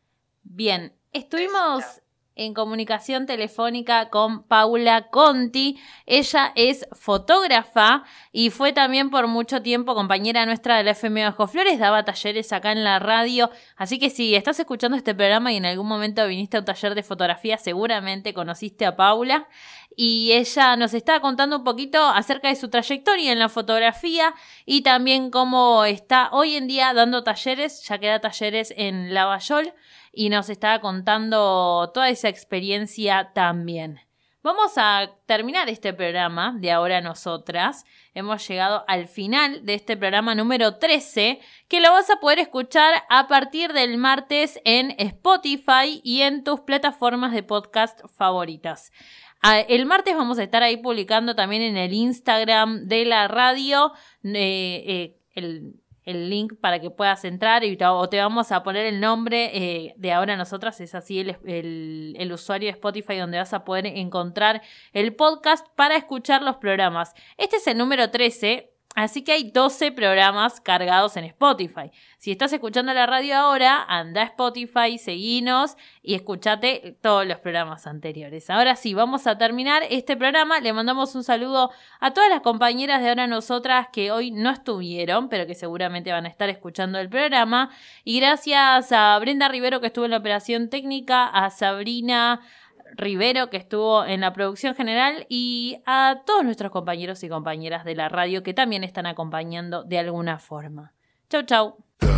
Bien, estuvimos... Beso. En comunicación telefónica con Paula Conti. Ella es fotógrafa y fue también por mucho tiempo compañera nuestra de la F M Bajo Flores, daba talleres acá en la radio, así que si estás escuchando este programa y en algún momento viniste a un taller de fotografía, seguramente conociste a Paula, y ella nos está contando un poquito acerca de su trayectoria en la fotografía y también cómo está hoy en día dando talleres, ya que da talleres en Lavallol, y nos está contando toda esa experiencia también. Vamos a terminar este programa de Ahora Nosotras. Hemos llegado al final de este programa número trece, que lo vas a poder escuchar a partir del martes en Spotify y en tus plataformas de podcast favoritas. El martes vamos a estar ahí publicando también en el Instagram de la radio eh, eh, el... el link para que puedas entrar y te, o te vamos a poner el nombre eh, de Ahora Nosotras, es así el, el, el usuario de Spotify donde vas a poder encontrar el podcast para escuchar los programas. Este es el número trece, así que hay doce programas cargados en Spotify. Si estás escuchando la radio ahora, anda a Spotify, seguinos y escuchate todos los programas anteriores. Ahora sí, vamos a terminar este programa. Le mandamos un saludo a todas las compañeras de Ahora Nosotras que hoy no estuvieron, pero que seguramente van a estar escuchando el programa. Y gracias a Brenda Rivero, que estuvo en la operación técnica, a Sabrina Rivero, que estuvo en la producción general, y a todos nuestros compañeros y compañeras de la radio que también están acompañando de alguna forma. Chau, chau.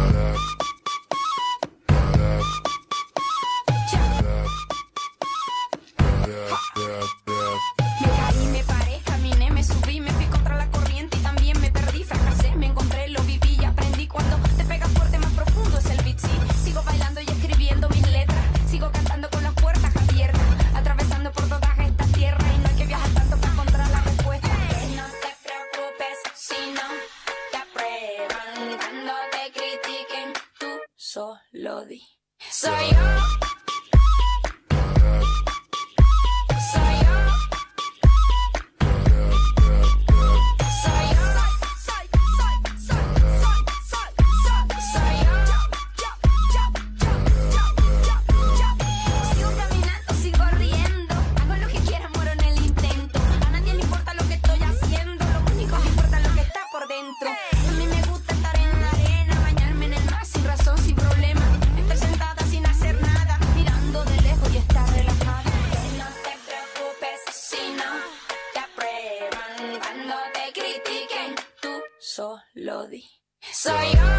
Me caí, me paré, caminé, me subí, me fui contra la corriente y también me perdí, fracasé, me encontré, lo viví y aprendí. Cuando te pegas fuerte, más profundo es el beat, sí. Sigo bailando y escribiendo mis letras, sigo cantando con las puertas abiertas, atravesando por todas estas tierras, y no hay que viajar tanto para encontrar la respuesta. Que no te preocupes si no te aprueban, cuando te critiquen, tú solo di. Soy yo. A mí me gusta estar en la arena, bañarme en el mar sin razón, sin problema, estar sentada sin hacer nada, mirando de lejos y estar relajada. Que no te preocupes si no te aprueban, cuando te critiquen, tú solo di. Soy yo.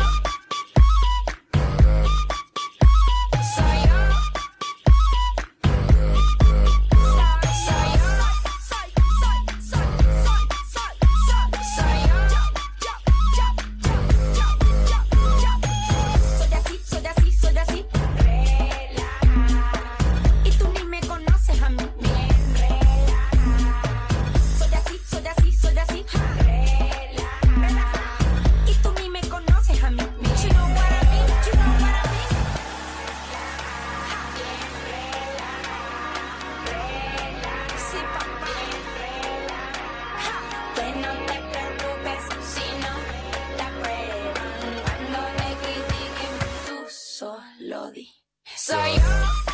Soy yo.